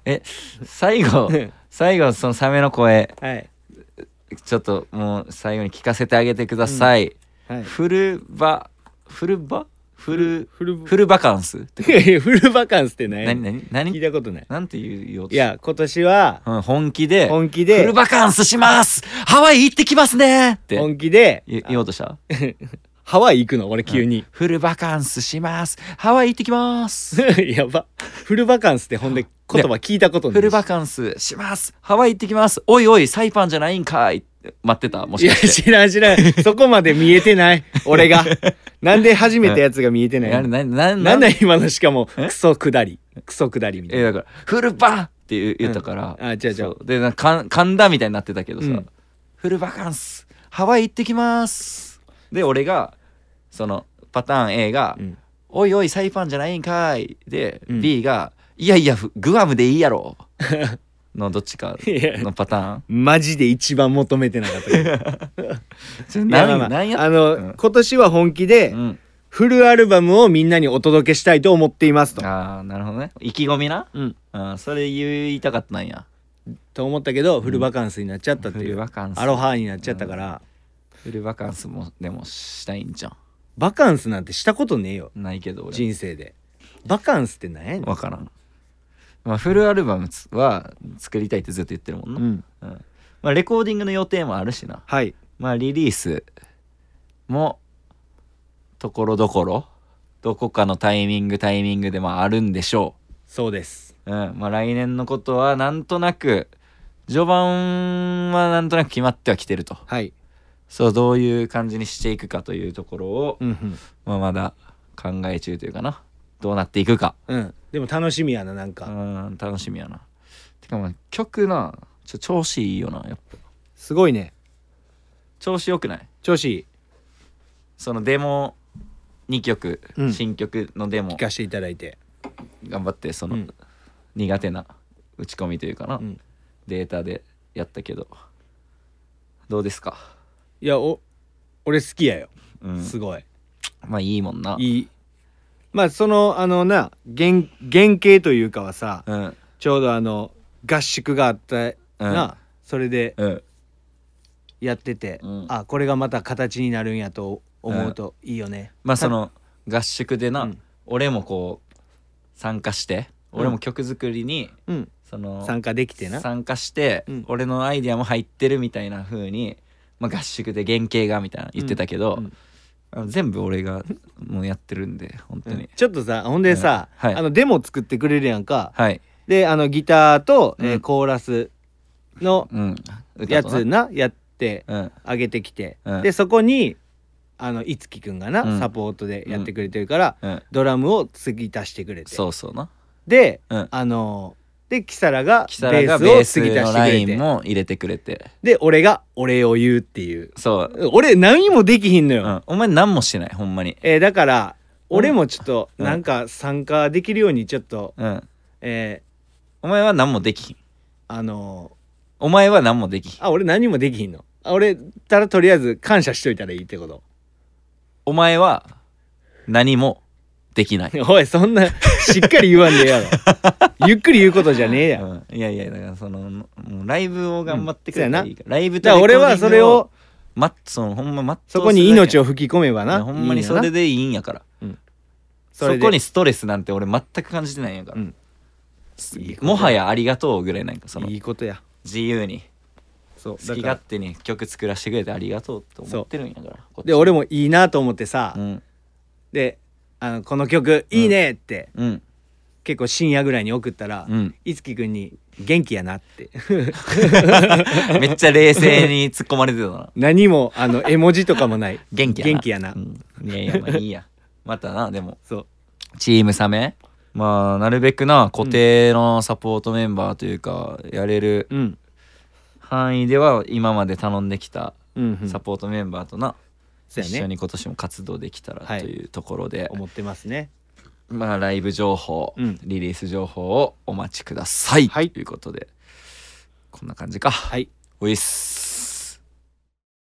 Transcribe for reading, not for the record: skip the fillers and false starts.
最後そのサメの声はいちょっともう最後に聞かせてあげてください、 はいフルバカンスってフルバカンスって何何聞いたことない。 なんて言ういや今年は本気でフルバカンスしますハワイ行ってきますねって本気で言おうとしたハワイ行くの俺急に、 フルバカンスしますハワイ行ってきますやばフルバカンスってほんで言葉聞いたことない。 フルバカンスしますハワイ行ってきますおいおいサイパンじゃないんかい待ってたもいやしかして知らんそこまで見えてない俺がなんで初めてやつが見えてないなんだ今のしかもクソ下りみたいな。 だからフルバって言ったから、 あ違うそうでなんか噛んだみたいになってたけどさ、フルバカンスハワイ行ってきますで俺がそのパターン A が、おいおいサイパンじゃないんかいで、B がいやいやグアムでいいやろのどっちかのパターンマジで一番求めてなかったけどなんや今年は本気で、フルアルバムをみんなにお届けしたいと思っていますと。 ああなるほどね意気込みな、それ言いたかったんやと思ったけど、フルバカンスになっちゃったっていう、 フルバカンスアロハになっちゃったから、 フルバカンスもでもしたいんじゃん。 バカンスなんてしたことねえよないけど俺人生で。バカンスって何やねん。 分からん、フルアルバムは作りたいってずっと言ってるもんな、レコーディングの予定もあるしな、 はいリリースもところどころどこかのタイミングであるんでしょそうです。 う、来年のことはなんとなく序盤はなんとなく決まってはきてると、 はいそうどういう感じにしていくかというところを、まだ考え中というかな、どうなっていくか、 でも楽しみやな。なんか楽しみやな。てか曲な調子いいよな。やっぱすごいね。 調子よくない？ 調子いい。 そのデモ2曲、新曲のデモ聞かせていただいて頑張ってその、苦手な打ち込みというかな、データでやったけどどうですか？ いや俺好きやよ、すごいいいもんな。 いい。その原型というかはさ、ちょうど合宿があったな、それでやってて、あこれがまた形になるんやと思うといいよね。 その合宿でな、俺もこう参加して、俺も曲作りに、その参加できてな、 参加して、俺のアイディアも入ってるみたいな風に、合宿で原型がみたいな言ってたけど、全部俺がもうやってるんで本当に、 ちょっとさほんでさ、デモ作ってくれるやんか、でギターと、コーラスのやつやってあげてきて、でそこにいつきくんがな、サポートでやってくれてるから、ドラムを継ぎ足してくれて、 そうな。 で、でキサラがベースを継ぎ足してくれて、 ラインも入れてくれて、 で俺がお礼を言うっていう。 そう俺何もできひんのよ、 お前何もしてないほんまに。 だから俺もちょっとなんか参加できるようにちょっと、 お前は何もできひん。お前は何もできひん。 俺何もできひんの。俺ただとりあえず感謝しといたらいいってこと。 お前は何もできない。 おいそんなしっかり言わんでええやろゆっくり言うことじゃねえや、 いやだからそのもうライブを頑張ってくれたらいいから、ライブとレコーディングを俺はそれをそのほんまそこに命を吹き込めばな、 ほんまにそれでいいんやから、そこにストレスなんて俺全く感じてないんやから、もはやありがとうぐらいなんか、そのいいことや。 自由にそう好き勝手に曲作らせてくれてありがとうって思ってるんやから。 で俺もいいなと思ってさ、でこの曲いいねって、結構深夜ぐらいに送ったら、いつきくんに元気やなってめっちゃ冷静に突っ込まれてたな何も絵文字とかもない元気やな、いやいいやまたな。でもそうチームサメなるべくな固定のサポートメンバーというか、やれる範囲では今まで頼んできたサポートメンバーとな、一緒に今年も活動できたらというところで、 思ってますね。 ライブ情報、リリース情報をお待ちください、ということでこんな感じか。 はい、 おいっす。